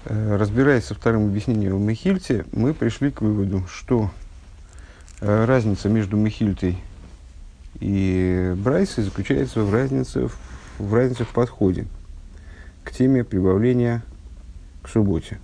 Разбираясь со вторым объяснением в Мехильте, мы пришли к выводу, что разница между Мехильтой и Брайсой заключается в разнице в подходе к теме прибавления к субботе.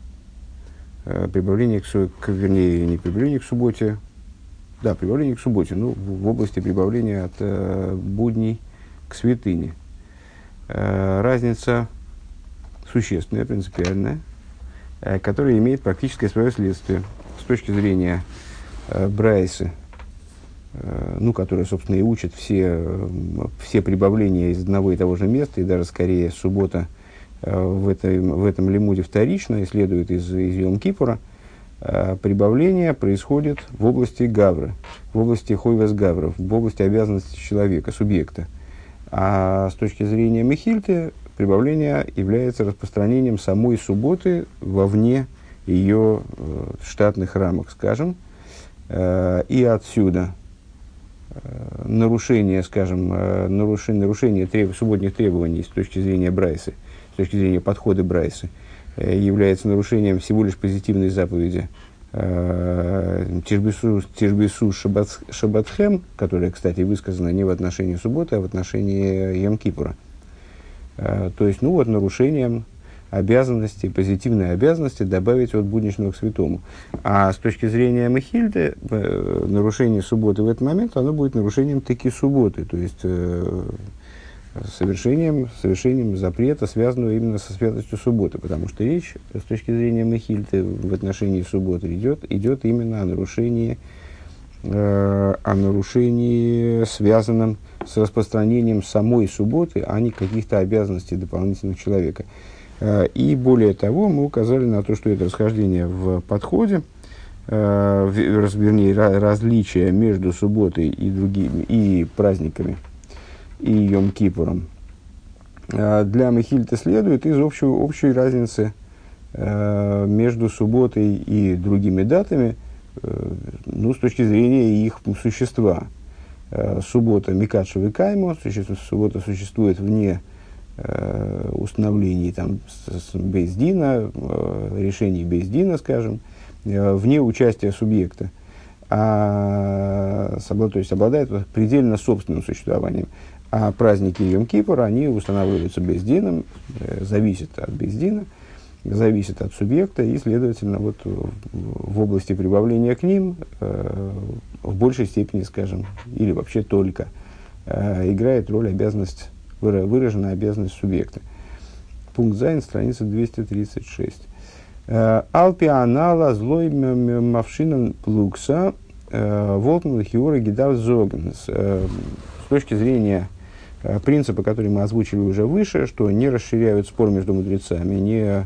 Вернее, не прибавление к субботе, да, прибавление к субботе, в области прибавления от будней к святыне. Разница существенная, принципиальная, которая имеет практическое свое следствие с точки зрения Брайсы, которая, собственно, и учит все прибавления из одного и того же места, и даже скорее суббота в этом лимуде вторично, и следует из Йом-Кипура. Прибавление происходит в области гавры, в области хойвес гавров, в области обязанностей человека, субъекта. А с точки зрения Мехильты, прибавление является распространением самой субботы вовне ее штатных рамок, скажем. И отсюда нарушение субботних требований с точки зрения Брайсы, с точки зрения подхода Брайсы, является нарушением всего лишь позитивной заповеди Тишбису Шабатхем, которая, кстати, высказана не в отношении субботы, а в отношении Йом-Кипура. То есть, нарушением обязанности, позитивной обязанности добавить от будничного к святому. А с точки зрения Мехильды, нарушение субботы в этот момент, оно будет нарушением таки субботы, то есть совершением запрета, связанного именно со святостью субботы, потому что речь с точки зрения Мехильды в отношении субботы идет именно о нарушении, связанном с распространением самой субботы, а не каких-то обязанностей дополнительных человека. И более того, мы указали на то, что это расхождение в подходе, различие между субботой и праздниками, и Йом-Кипуром, для Мехильты следует из общей разницы между субботой и другими датами, с точки зрения их существа. Суббота Микадшев и Каймо, суббота существует вне установлений Бейс-Дина, решений Бейс-Дина, скажем, вне участия субъекта, то есть обладает предельно собственным существованием. А праздники Йом-Кипура, они устанавливаются Бейс-Дином, зависят от Бейс-Дина, зависят от субъекта, и, следовательно, в области прибавления к ним в большей степени, скажем, или вообще только, играет роль выраженная обязанность субъекта. Пункт Зайн, страница 236. Алпианала злой мавшинан плукса волтн хиора гидав зоген. С точки зрения принципа, который мы озвучили уже выше, что не расширяют спор между мудрецами, не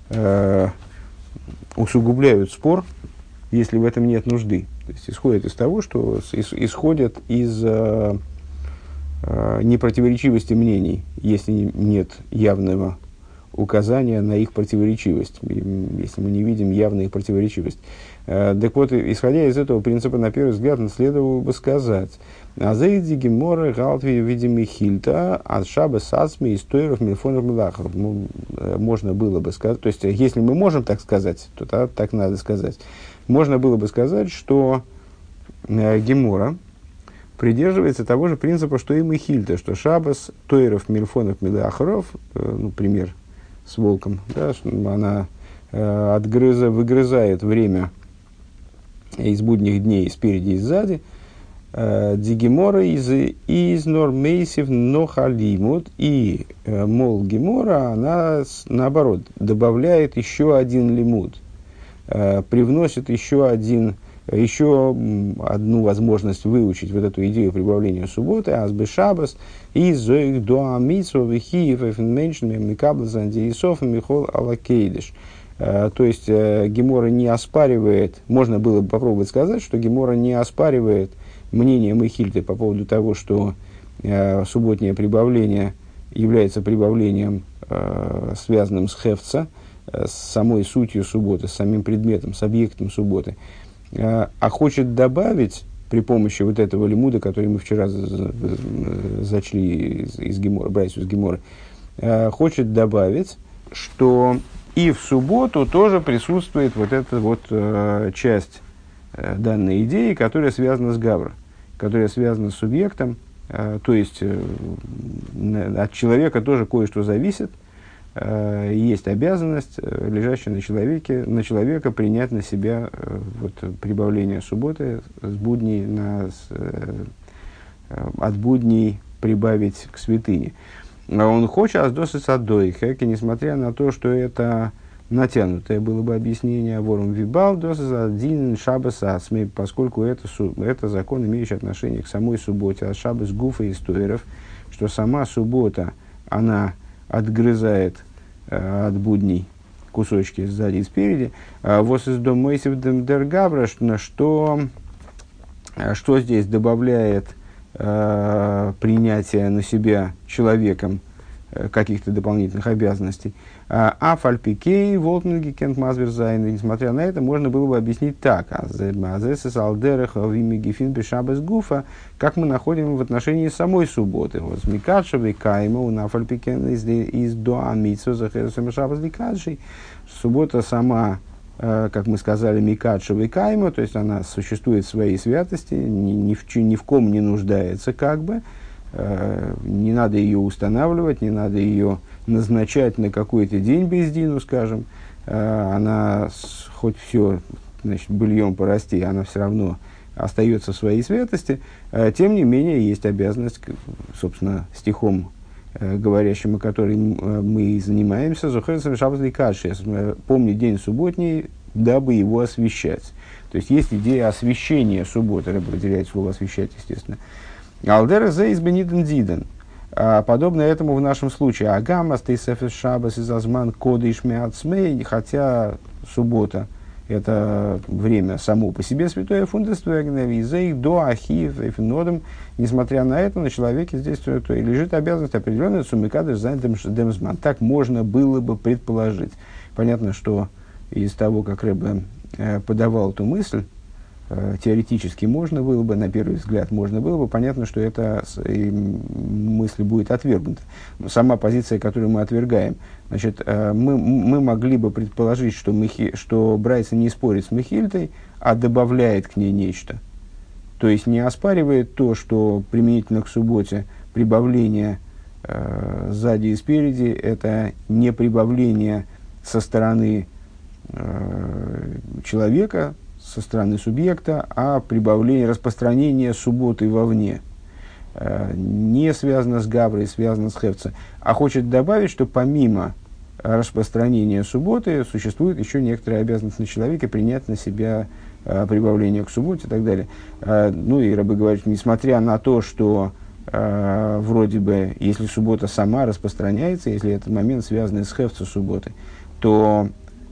усугубляют спор, если в этом нет нужды. То есть исходят из того, что исходят из непротиворечивости мнений, если нет явного указания на их противоречивость, если мы не видим явную их противоречивость. Так вот, исходя из этого принципа, на первый взгляд, следовало бы сказать: «Азейди гемора галтви видими хильта от шаба сасми из тойров мильфонов милахар». Можно было бы сказать, то есть, если мы можем так сказать, то так надо сказать. Можно было бы сказать, что гемора придерживается того же принципа, что и Мехильта, что шабас тойров мильфонов милахаров, пример с волком, да, она выгрызает время из будних дней спереди и сзади. Дигемора из нормейсив нохалимут, и мол гемора, она наоборот добавляет еще один лимут, привносит еще одну возможность выучить вот эту идею прибавления субботы, азбе шабас, и зоих дуамитсов, вихиев, эфенменшнами, микаблазан, диисов, михол алакейдыш. То есть, гемора не оспаривает, можно было бы попробовать сказать, что гемора не оспаривает мнение Мехильты по поводу того, что субботнее прибавление является прибавлением, связанным с хефца, с самой сутью субботы, с самим предметом, с объектом субботы, а хочет добавить при помощи вот этого лимуда, который мы вчера зачли из Гемора, Брайсу из Гемора, хочет добавить, что И в субботу тоже присутствует вот эта вот часть данной идеи, которая связана с гавра, которая связана с субъектом, то есть от человека тоже кое-что зависит, есть обязанность, лежащая на человека принять на себя вот, прибавление субботы с будней от будней прибавить к святыне. Он хочет аздосис аддойхек, и несмотря на то, что это натянутое было бы объяснение, ворум вибал досис аддин шабас асмей, поскольку это закон, имеющий отношение к самой субботе, а шабас гуфа и стоеров, что сама суббота, она отгрызает от будней кусочки сзади и спереди. Вот из дома Мойсев Дергабра, что здесь добавляет принятие на себя человеком каких-то дополнительных обязанностей. А фальпикей, волтнги, кент мазверзайн, несмотря на это, можно было бы объяснить так. Азесес алдерех вимигифин бешабес гуфа, как мы находим в отношении самой субботы. Вот смикадшевый кайма у нафальпикен из доамитсо захерсом шабес ликадший. Суббота сама, как мы сказали, микадшевый кайма, то есть она существует в своей святости, ни в ком не нуждается, как бы. Не надо ее устанавливать, не надо ее назначать на какой-то день бездину, скажем. Она хоть все, значит, быльем порасти, она все равно остается в своей святости. Тем не менее, есть обязанность, собственно, стихом, говорящим, о которой мы и занимаемся, «Зохерсом шаббат ликадши», помни день субботний, дабы его освящать. То есть, есть идея освящения субботы, Рэб выделяет слово «освящать», естественно. Алдера зе избениден диден. Подобно этому в нашем случае. Агама стейсефес шабас из азман кодиш меацмей, хотя суббота – это время само по себе святое фундествуэгневизей до ахиев эфинодом. Несмотря на это, на человеке здесь то и лежит обязанность определенная сумикадыш за демзман. Так можно было бы предположить. Понятно, что из того, как Рэбе подавал эту мысль, теоретически можно было бы, на первый взгляд можно было бы, понятно, что эта мысль будет отвергнута. Сама позиция, которую мы отвергаем, значит, мы могли бы предположить, что Брайса не спорит с Мехильтой, а добавляет к ней нечто. То есть не оспаривает то, что применительно к субботе прибавление сзади и спереди, это не прибавление со стороны человека, со стороны субъекта, а прибавление, распространение субботы вовне. Не связано с гаврой, связано с хевцем. А хочет добавить, что помимо распространения субботы существует еще некоторая обязанность на человека принять на себя прибавление к субботе и так далее. Ну и Рабби говорит, несмотря на то, что вроде бы, если суббота сама распространяется, если этот момент связан с хевцем субботы, то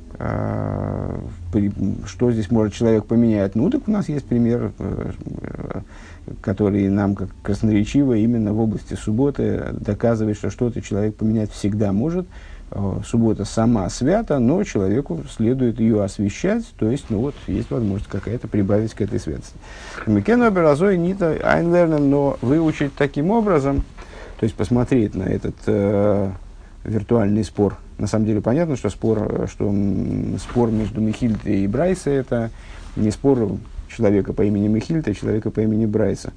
что здесь может человек поменять? Ну, так у нас есть пример, который нам, как красноречиво, именно в области субботы доказывает, что что-то человек поменять всегда может. Суббота сама свята, но человеку следует ее освящать, то есть, ну вот, есть возможность какая-то прибавить к этой святости. Микену образой нита айнлернен, но выучить таким образом, то есть посмотреть на этот виртуальный спор. На самом деле понятно, что спор между Мехильтой и Брайсой – это не спор человека по имени Мехильта, а человека по имени Брайса.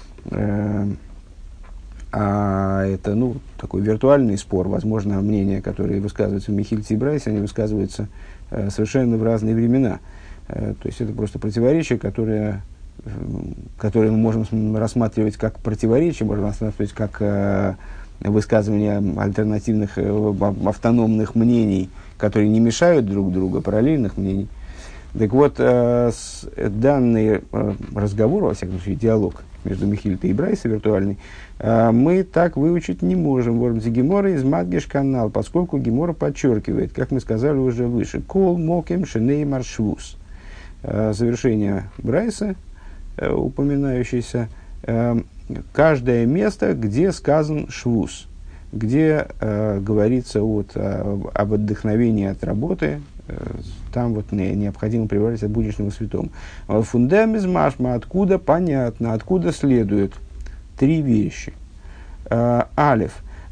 А это, ну, такой виртуальный спор. Возможно, мнения, которые высказываются в Мехильте и Брайсе, они высказываются совершенно в разные времена. То есть это просто противоречие, которое мы можем рассматривать как противоречие, можем рассматривать как высказывания альтернативных автономных мнений, которые не мешают друг другу, параллельных мнений. Так вот, данный разговор, во всяком случае, диалог между Мехильтой и Брайсой виртуальный, мы так выучить не можем. Вормзи Гемора из Мадгеш канал, поскольку Гемора подчеркивает, как мы сказали уже выше, кол мокем шеней маршвус. Завершение Брайса, упоминающееся, каждое место, где сказан швус, где говорится об отдохновении от работы, там вот необходимо прибавить от будничного святому. Фундамент машма, откуда понятно, откуда следует три вещи. Алеф.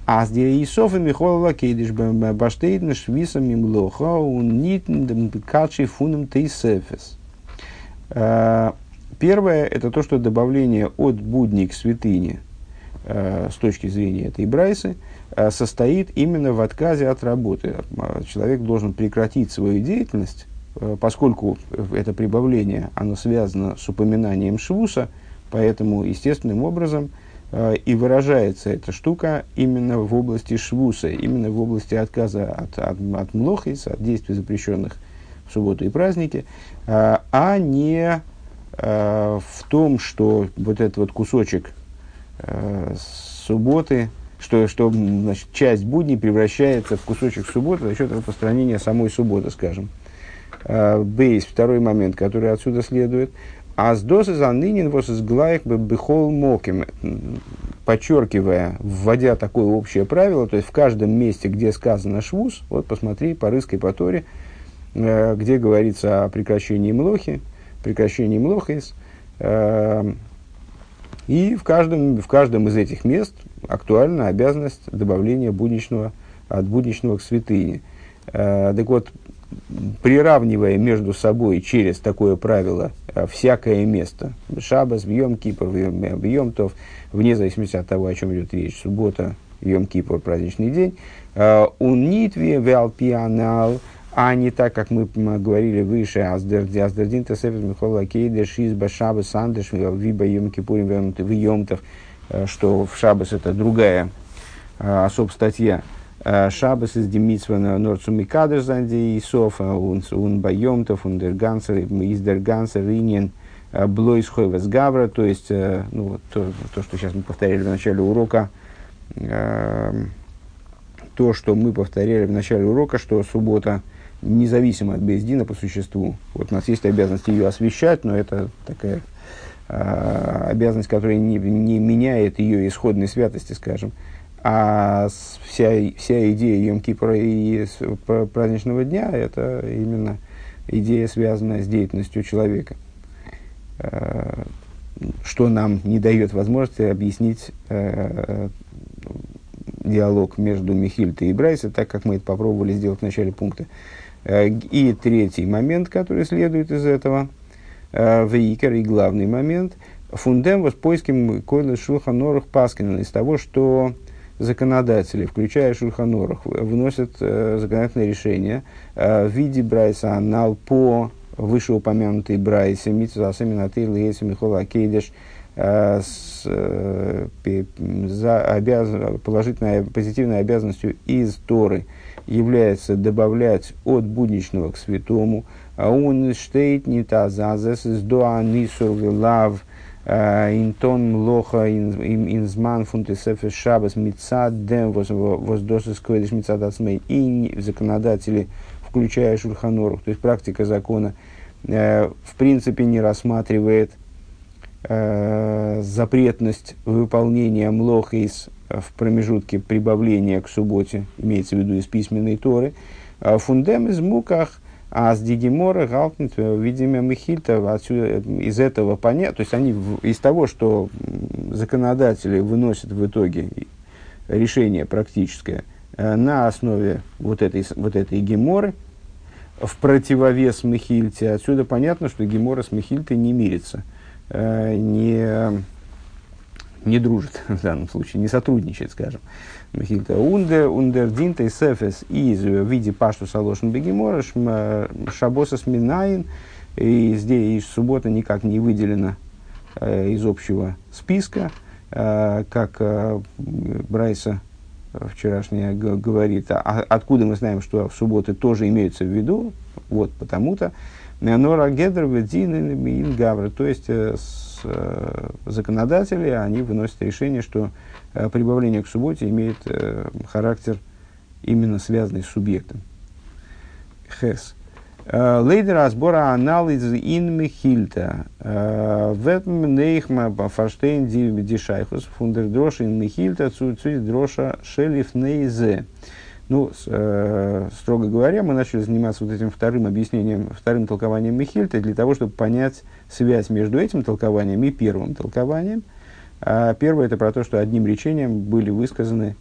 А с Исофа Михола Лакейдиш Баштейдна Швисом Мимлоха Унитн Качи Фуном Тейсефес. Первое – это то, что добавление от будни к святыне с точки зрения этой брайсы состоит именно в отказе от работы. Человек должен прекратить свою деятельность, поскольку это прибавление, оно связано с упоминанием швуса, поэтому естественным образом и выражается эта штука именно в области швуса, именно в области отказа от млохис, от действий, запрещенных в субботу и праздники, а не в том, что вот этот вот кусочек субботы, что значит, часть будней превращается в кусочек субботы за счет распространения самой субботы, скажем. Бейс, второй момент, который отсюда следует. Аздос из анынин вос из глаек бихол моким, подчеркивая, вводя такое общее правило, то есть в каждом месте, где сказано швус, вот посмотри, порыскай по Торе, где говорится о прекращении млохи, прекращении млохис, и в каждом из этих мест актуальна обязанность добавления от будничного к святыне. Так вот, приравнивая между собой через такое правило всякое место, шаббас, йом кипур, йом тов, вне зависимости от того, о чем идет речь, суббота, йом кипур, праздничный день, унитве вялпианал, а не так, как мы говорили выше, аздердин тесефес михола кейдеш изба шаббас андеш виба йом кипурим вьемтов, что в шаббас это другая особая статья. Шаббас из Демитсва на Норцуми Кадр Занди и Софа, он Байомтов, он Дергансер, из Дергансер, Ринин, Блойс Хойвес Гавра, то есть, ну, то, что сейчас мы повторяли в начале урока, что суббота независимо от Бейздина по существу. Вот у нас есть обязанность ее освещать, но это такая обязанность, которая не меняет ее исходной святости, скажем. А вся идея Йом-Кипура и праздничного дня – это именно идея, связанная с деятельностью человека, что нам не дает возможности объяснить диалог между Мехильтой и Брайсой, так как мы это попробовали сделать в начале пункта. И третий момент, который следует из этого, вейкер, и главный момент, фундем с поиском койлы Шулхан Орух Паскина, из того, что законодатели, включая Шулхан Орух, вносят законодательное решение в виде Брайса Анал по вышеупомянутой Брайсе, Митцва Асаминатей Лейси Михола Кейдеш, положительной, позитивной обязанностью из Торы является добавлять от будничного к святому, а он штейт не тазазес из дуанисур вилав интон млоха инзман фунтесефес шабас мицад дем воздосис койдеш мицад ацмей. И законодатели, включая Шулхан Орух, то есть практика закона, в принципе не рассматривает запретность выполнения млохис в промежутке прибавления к субботе, имеется в виду из письменной Торы, фундем из муках, а с дигимора галтнет, видимо, Мехильта, отсюда из этого понятно, то есть они из того, что законодатели выносят в итоге решение практическое на основе вот этой геморы, в противовес Мехильте, отсюда понятно, что гемора с Мехильтой не мирится, не дружит в данном случае, не сотрудничает, скажем. Мехильта ундердинта и сефес из в виде пашту салошен бегемора шабоса сминаин, и здесь суббота никак не выделена из общего списка, как Брайса вчерашняя говорит. Откуда мы знаем, что субботы тоже имеются в виду? Вот потому-то. Нора гедр ведин гавра, то есть законодатели, они выносят решение, что прибавление к субботе имеет характер именно связанный с субъектом. Хес. Лейдер разбора анализ ин Мехильта. В этом нейхма фарштейн дишайхус фундер дроша ин Мехильта цуцуй дроша шелиф нейзе. Ну, строго говоря, мы начали заниматься вот этим вторым объяснением, вторым толкованием Мехильта для того, чтобы понять связь между этим толкованием и первым толкованием. Первое – это про то, что одним речением были высказаны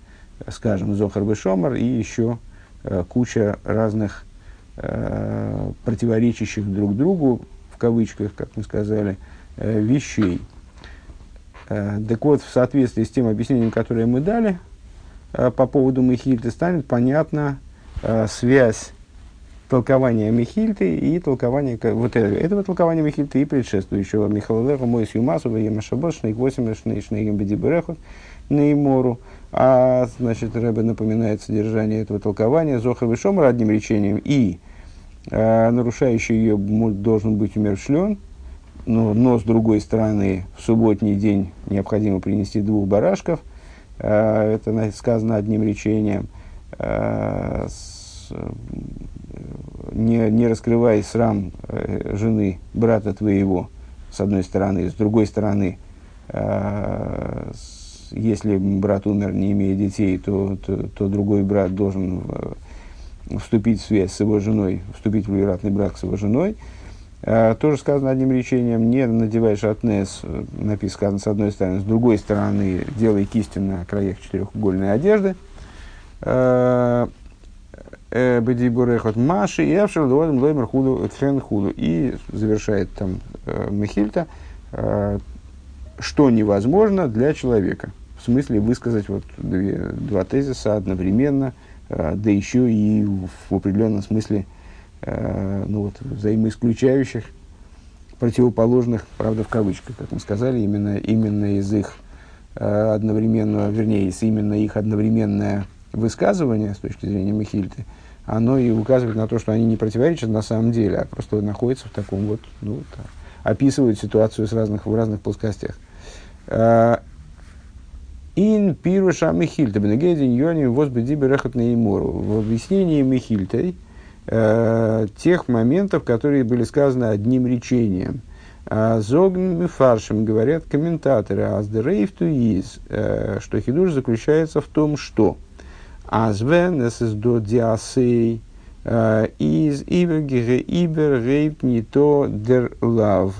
скажем, Зохар Вешомар и еще куча разных противоречащих друг другу, в кавычках, как мы сказали, вещей. Так вот, в соответствии с тем объяснением, которое мы дали по поводу Мехильты, станет понятна связь толкования Мехильты и толкования вот этого толкования Мехильты и предшествующего Михалелеха Мойс Юмасова Емашабос Шнейк 8 Шнейгем Бедиберехот Неймору. А значит, Ребе напоминает содержание этого толкования Зохар Вешомар одним речением, и нарушающий ее должен быть умерщвлен, но с другой стороны в субботний день необходимо принести 2 барашков. Это сказано одним речением. Не раскрывай срам жены брата твоего, с одной стороны. С другой стороны, если брат умер, не имея детей, то другой брат должен вступить в связь с его женой, вступить в вероятный брак с его женой. Тоже сказано одним речением: не надевай шатнес, написано с одной стороны, с другой стороны, делай кистью на краях 4-угольной одежды. Бедибурехот Маши и Авшел Лоем Лоймер Худу Тхен Худу. И завершает там Мехильта, что невозможно для человека. В смысле высказать вот 2 тезиса одновременно, да еще и в определенном смысле взаимоисключающих, противоположных, правда, в кавычках, как мы сказали, именно из их одновременного, вернее, именно их одновременное высказывание с точки зрения Мехильты, оно и указывает на то, что они не противоречат на самом деле, а просто находятся в таком вот, описывают ситуацию в разных плоскостях. Ин пируша Мехильта бенегедин йоним возбеди берехот неймору. В объяснении Мехильтой тех моментов, которые были сказаны одним речением. Зогн фаршем, говорят комментаторы, что хидуш заключается в том, что Азвен es до диасей из ибер рейп не то дер лав.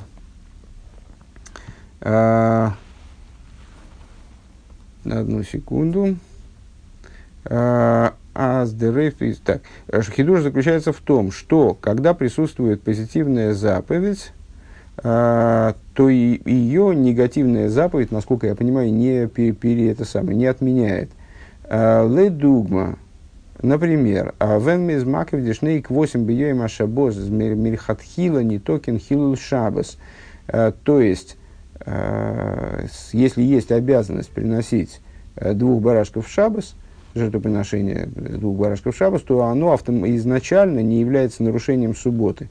Одну секунду. Хидуш заключается в том, что когда присутствует позитивная заповедь, то и ее негативная заповедь, насколько я понимаю, не отменяет. Ледугма, например, «Вен миз макев дешнейк 8 бьёй машабоз мирхатхила не токен хилул шабас». То есть, если есть обязанность приносить 2 барашков в шабас, жертвоприношение 2 барашков в шабас, то оно изначально не является нарушением субботы.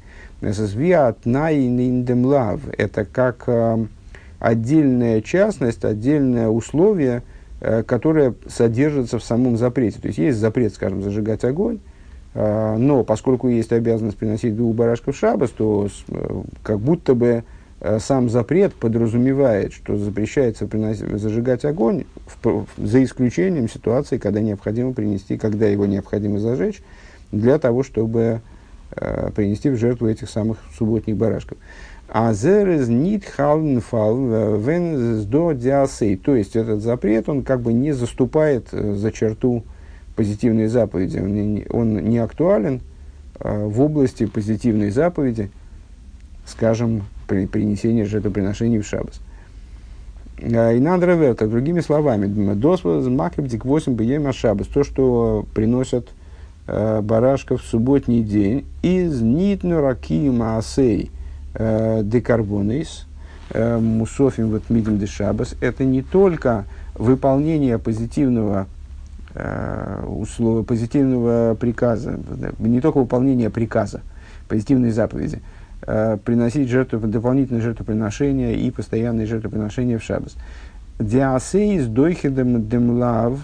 Это как отдельная частность, отдельное условие, которое содержится в самом запрете. То есть, есть запрет, скажем, зажигать огонь, но поскольку есть обязанность приносить 2 барашков в шабас, то как будто бы сам запрет подразумевает, что запрещается зажигать огонь, за исключением ситуации, когда его необходимо зажечь, для того, чтобы принести в жертву этих самых субботних барашков. А зерез нит халнфал вен до диасей. То есть, этот запрет, он как бы не заступает за черту позитивной заповеди. Он не актуален в области позитивной заповеди, скажем, принесения жертвоприношений в шаббас. И надо верта, другими словами, досвоз макребдик 8 бьема шаббас, то, что приносят барашков в субботний день, из нитну раки маасей декарбонейс мусофим вот мидим де шаббас, это не только выполнение позитивного условия, позитивного приказа, не только выполнение приказа, позитивной заповеди, приносить дополнительные жертвоприношения и постоянные жертвоприношения в шаббас. Диасей с дойхедем демлав,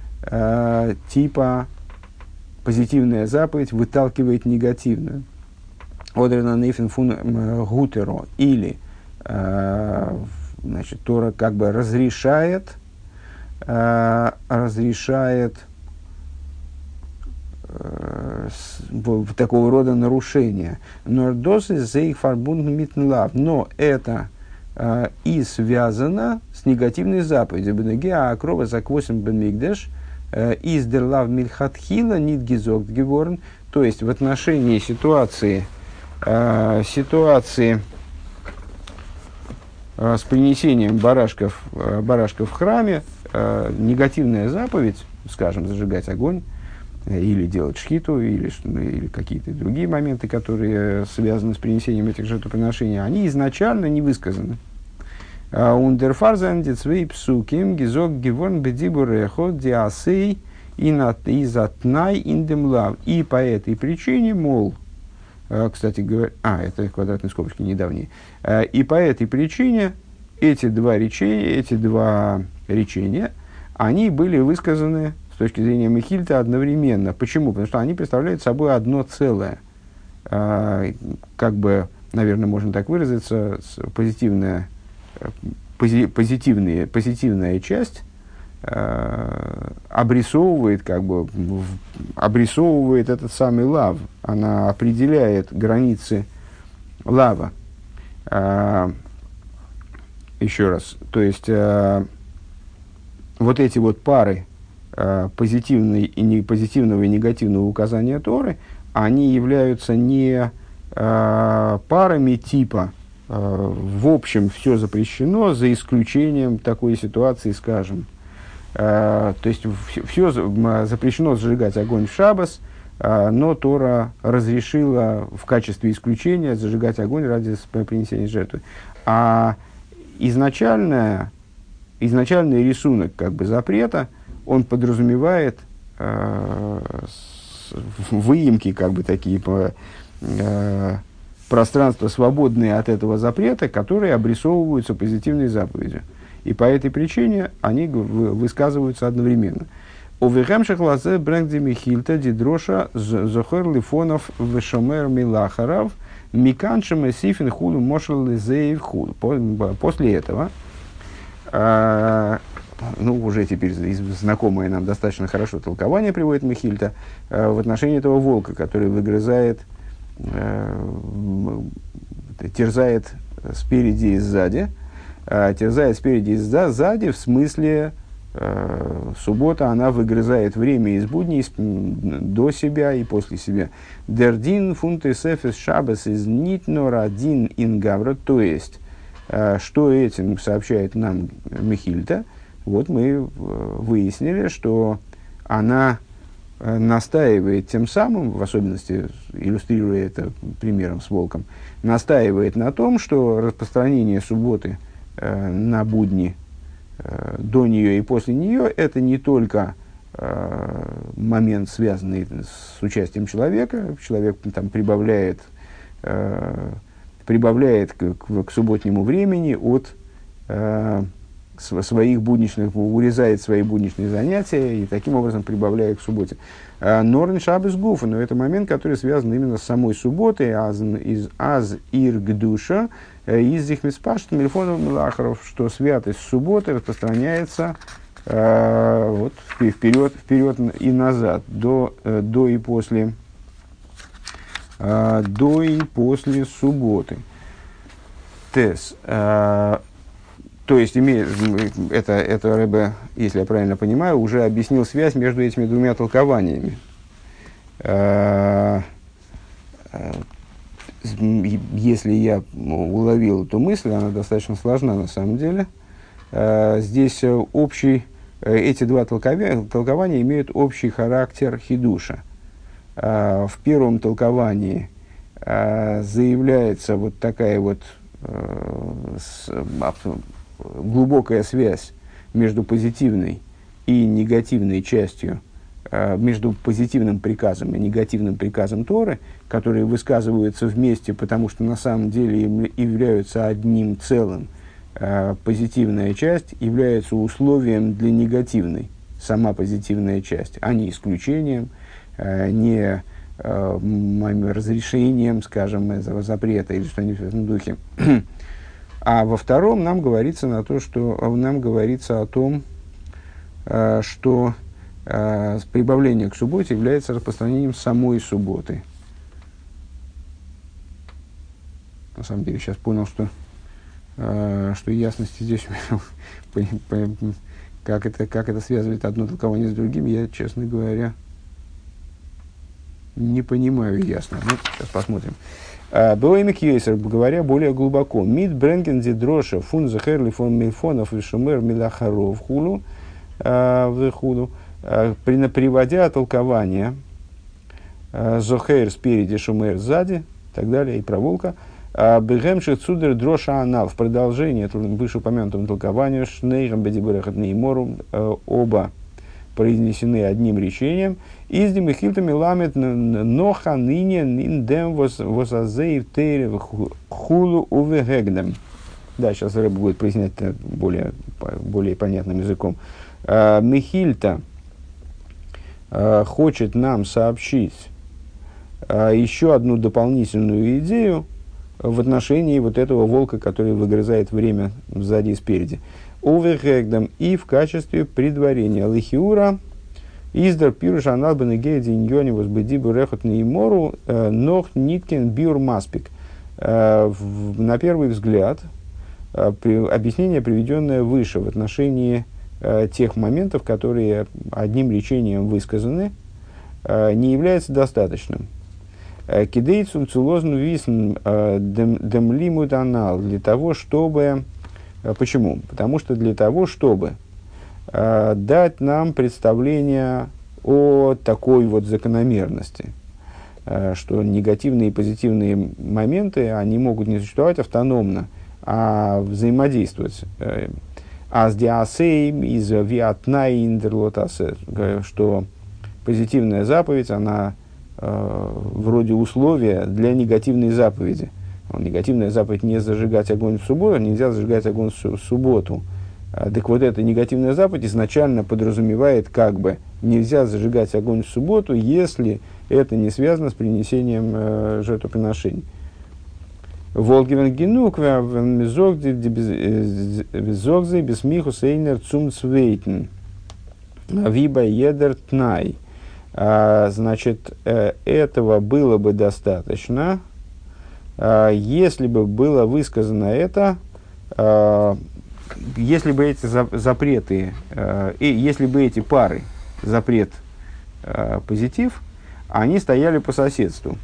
типа позитивная заповедь выталкивает негативную. Одрена нейфен фун гутеро, или Тора как бы разрешает такого рода нарушения. Но это и связано с негативной заповедью. Бенегеа акрова заквосим бенмигдеш из дер лав мильхатхила нит гизогт геворн, то есть в отношении ситуации с принесением барашков в храме, негативная заповедь, скажем, зажигать огонь, или делать шхиту, или какие-то другие моменты, которые связаны с принесением этих жертвоприношений, они изначально не высказаны. Ундерфарзен децвей псуким гизок геворн бедибурехо диасей изатнай индемлав. И по этой причине, мол, кстати говоря, это квадратные скобочки недавние, и по этой причине эти два речения, они были высказаны с точки зрения Мехильта одновременно. Почему? Потому что они представляют собой одно целое. Как бы, наверное, можно так выразиться, позитивная часть обрисовывает этот самый лав. Она определяет границы лава. Еще раз. То есть, вот эти вот пары позитивного и негативного указания Торы, они являются не парами типа в общем все запрещено, за исключением такой ситуации, скажем. То есть все запрещено зажигать огонь в шаббас, но Тора разрешила в качестве исключения зажигать огонь ради принесения жертвы. А изначальный рисунок запрета, он подразумевает выемки, такие пространства, свободные от этого запрета, которые обрисовываются позитивной заповедью. И по этой причине они высказываются одновременно. Овехемших лазе брэнгди михильта дидроша зохер лифонов вешомер милахарав миканшем эсифин худу мошел лизеев худу. После этого, уже теперь знакомое нам достаточно хорошо толкование приводит Мехильта в отношении этого волка, который выгрызает, терзает спереди и сзади. Терзает спереди и сзади, в смысле суббота, она выгрызает время из будней до себя и после себя. Дердин фунты сефес шабас из нитнор один ингавра, то есть, что этим сообщает нам Мехильта, вот мы выяснили, что она настаивает тем самым, в особенности иллюстрируя это примером с волком, настаивает на том, что распространение субботы на будни до нее и после нее это не только момент, связанный с участием человека. Человек там прибавляет к субботнему времени от своих будничных, урезает свои будничные занятия и таким образом прибавляет к субботе. Норн шаббес гуфа, но это момент, который связан именно с самой субботой, из ир гдуша, из их миспашт мильфонов милахаров, что святость субботы распространяется вперед и назад, до и после субботы. Тес. То есть, это Ребе, если я правильно понимаю, уже объяснил связь между этими двумя толкованиями. Если я уловил эту мысль, она достаточно сложна на самом деле. Здесь эти два толкования имеют общий характер хидуша. В первом толковании заявляется вот такая вот глубокая связь между позитивной и негативной частью, между позитивным приказом и негативным приказом Торы, которые высказываются вместе, потому что на самом деле являются одним целым. Позитивная часть является условием для негативной, сама позитивная часть, а не исключением, не разрешением, скажем, этого запрета или что-нибудь в этом духе. А во втором нам говорится о том, что прибавление к субботе является распространением самой субботы. На самом деле, сейчас понял, что ясности здесь Как это связывает одно толкование с другим, я, честно говоря, не понимаю ясно. Ну, сейчас посмотрим. Бэуэмик Йойсер, говоря более глубоко. Мид бренген ди дроша фун захерли фон мильфонов и шумер милахаров хулу вхулу. Приводя толкование зохер спереди, шумер сзади, и так далее, и проволока. Бегемши цудер дроша анал. В продолжении вышеупомянутого толкования шнейгам бедиберахат неймору оба произнесены одним речением. Издим и хилтами ламет ноха ныне ниндем восазеев тейре хулу увегегдем. Да, сейчас Рэб будет прояснять более понятным языком. Михильта хочет нам сообщить еще одну дополнительную идею в отношении вот этого волка, который выгрызает время сзади и спереди. Увегегдем и в качестве предварения. Лихиура издер пируш анал бенегея диньони возбеди бурехот неймору нох ниткин биур маспик. На первый взгляд, объяснение, приведенное выше в отношении тех моментов, которые одним речением высказаны, не является достаточным. Кидейцум цулозн висн демлимут анал. Для того, чтобы... Почему? Потому что для того, чтобы дать нам представление о такой вот закономерности, что негативные и позитивные моменты, они могут не существовать автономно, а взаимодействовать. Аздиасейм из виатнай индерлотасе, что позитивная заповедь, она вроде условия для негативной заповеди. Негативная заповедь не зажигать огонь в субботу, нельзя зажигать огонь в субботу. Так вот, эта негативная заповедь изначально подразумевает, как бы, нельзя зажигать огонь в субботу, если это не связано с принесением жертвоприношений. Волгивен генук визогзе бисмиху сейнер цум цвейтен виба едер тнай. Значит, этого было бы достаточно, если бы было высказано это, если бы эти запреты, если бы эти пары, запрет, позитив, они стояли по соседству.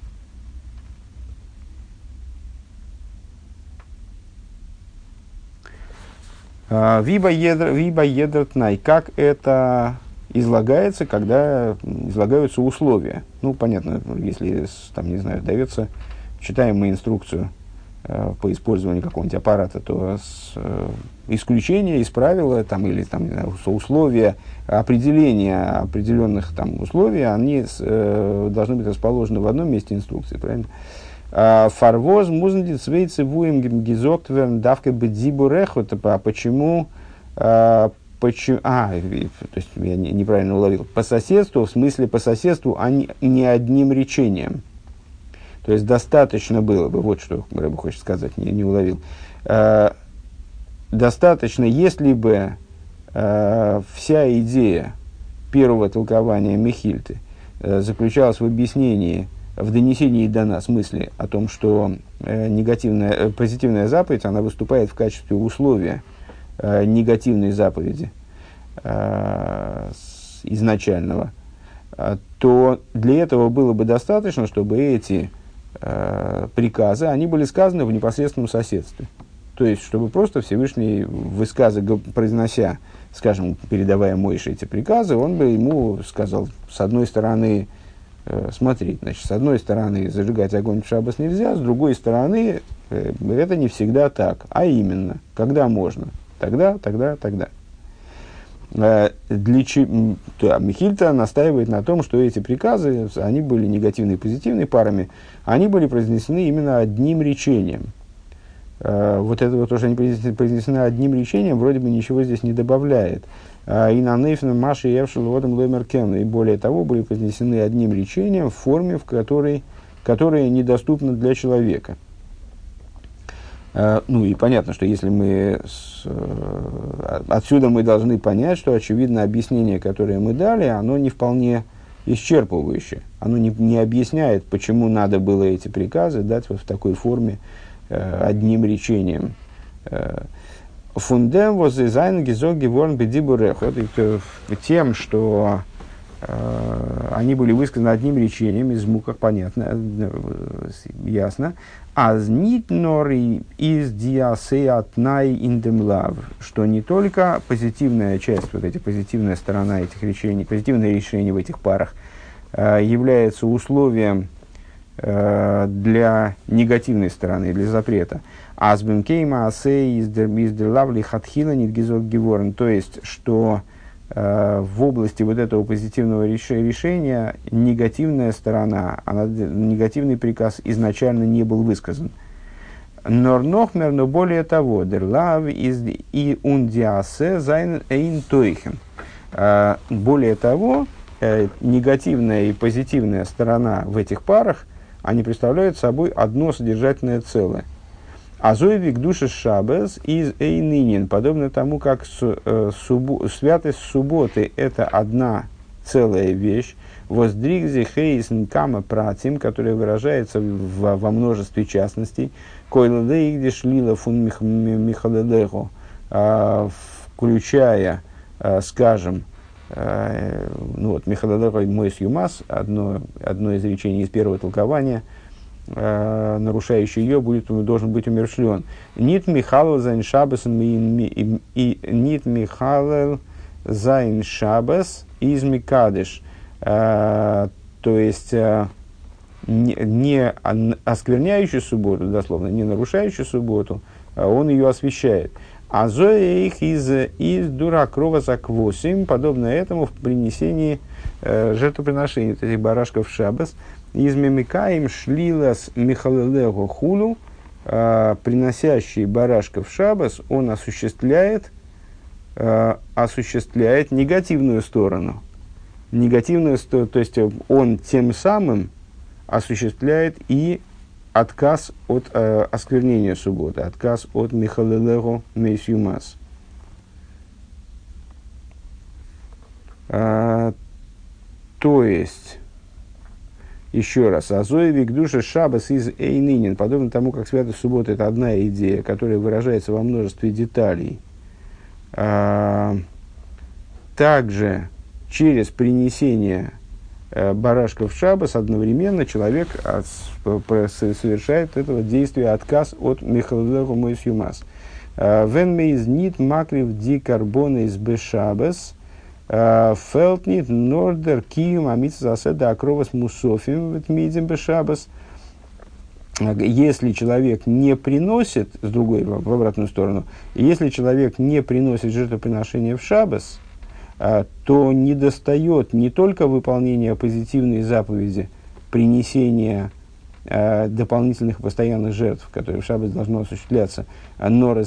Виба едер тнай. Как это излагается, когда излагаются условия? Ну, понятно, если, там, не знаю, дается, читаем мы инструкцию по использованию какого-нибудь аппарата, то исключения из правила, там, или там, не знаю, условия, определения определенных там, условий, они должны быть расположены в одном месте инструкции, правильно? Фарвоз музнди цвейцы вуем гизоктверн давка бедзибу рехот. Почему? То есть я неправильно уловил. По соседству, в смысле по соседству, а не одним речением. То есть достаточно было бы, вот что Рэб хочет сказать, не уловил. Достаточно, если бы вся идея первого толкования Мехильты заключалась в объяснении, в донесении до нас мысли о том, что позитивная заповедь, она выступает в качестве условия негативной заповеди изначального, то для этого было бы достаточно, чтобы эти приказы, они были сказаны в непосредственном соседстве. То есть, чтобы просто Всевышний, произнося, скажем, передавая Моше эти приказы, он бы ему сказал, с одной стороны, смотри, значит, с одной стороны, зажигать огонь в шаббат нельзя, с другой стороны, это не всегда так, а именно, когда можно, тогда. Мехильта настаивает на том, что эти приказы, они были негативные и позитивные парами, они были произнесены именно одним речением. Вот это вот, то, что они произнесены одним речением, вроде бы ничего здесь не добавляет. И на нейфна Маши Евшел Водом Лемеркен, и более того, были произнесены одним речением в форме, которая недоступна для человека. Ну и понятно, что если мы отсюда мы должны понять, что очевидно объяснение, которое мы дали, оно не вполне исчерпывающее. Оно не объясняет, почему надо было эти приказы дать вот в такой форме одним речением. Фундем воззайн гизог геворн бедибурех. Это тем, что они были высказаны одним речением, из муках, понятно, ясно. Аз нит нори из диасеатнай индемлав, что не только позитивная часть, вот эти позитивная сторона этих речений, позитивное решение в этих парах является условием для негативной стороны, для запрета. Азбен кейма асей из дерлавли хатхила нидгизок геворн, то есть, что в области вот этого позитивного решения негативная сторона, негативный приказ изначально не был высказан. Норнохмер, но более того, дерлав из и ундиасе зайн эйн тойхен. Более того, негативная и позитивная сторона в этих парах, они представляют собой одно содержательное целое. Азоевик души шабес из эйнинин, подобно тому, как святость субботы – это одна целая вещь, воздригзи хейсен кама пратим, которая выражается во множестве частностей, койладеигдиш лила фун михаледехо, включая, скажем, ну вот, михаледехо мойс юмас, одно из речений из первого толкования, нарушающий ее должен быть умерщвлен. Нит Михалел зайн шабес и нит Михалел зайн шабес из Микадыш. То есть не оскверняющий субботу, дословно, не нарушающий субботу, он ее освящает. А зоя их из дуракрова заквосим, подобно этому в принесении жертвоприношений этих барашков в шабес. Из мемикаем шлилас михалелего хулу, приносящий барашков в шабас, он осуществляет негативную сторону. Негативную сторону, то есть он тем самым осуществляет и отказ от осквернения субботы, отказ от михалелего мейсюмас. То есть, еще раз, азоевик душа шабас из эйнинин, подобно тому, как святость субботы – это одна идея, которая выражается во множестве деталей. Также через принесение барашков в шабас одновременно человек совершает этого действия отказ от михалелеху мойсюмас. Вен мейз нит макрив ди карбона из бешабас, фелтнит нордер киум амитс заседа акровас мусофим ветмидим бешабас. Если человек не приносит, с другой, в обратную сторону, если человек не приносит жертвоприношение в шабас, то недостает не только выполнения позитивной заповеди, принесения дополнительных постоянных жертв, которые в шаббат должно осуществляться, но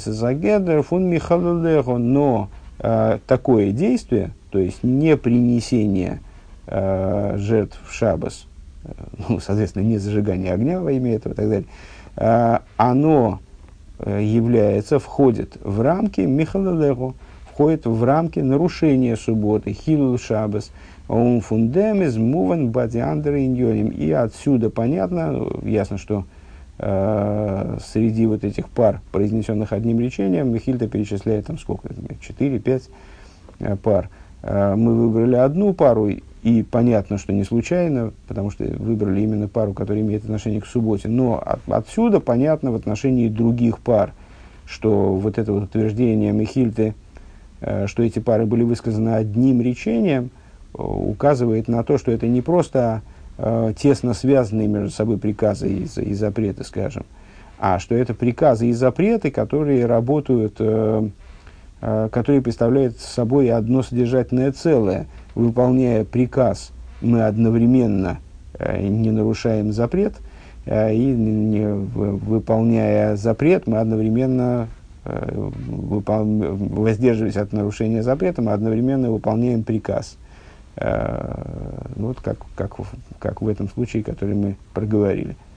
такое действие, то есть не принесение жертв в шаббат, ну, соответственно, не зажигание огня во имя этого и так далее, оно входит в рамки михалелеху, входит в рамки нарушения субботы, хилул шаббас, фундем из муван бадиандер иньоним. И отсюда понятно, ясно, что среди вот этих пар, произнесенных одним речением, Михильда перечисляет там сколько, 4-5 пар. Мы выбрали одну пару, и понятно, что не случайно, потому что выбрали именно пару, которая имеет отношение к субботе. Но отсюда понятно в отношении других пар, что вот это вот утверждение Михильды, что эти пары были высказаны одним речением, указывает на то, что это не просто тесно связанные между собой приказы и запреты, скажем, а что это приказы и запреты, которые работают, которые представляют собой одно содержательное целое. Выполняя приказ, мы одновременно не нарушаем запрет, и выполняя запрет, мы одновременно воздерживаясь от нарушения запрета, мы одновременно выполняем приказ. Вот как в этом случае, который мы проговорили.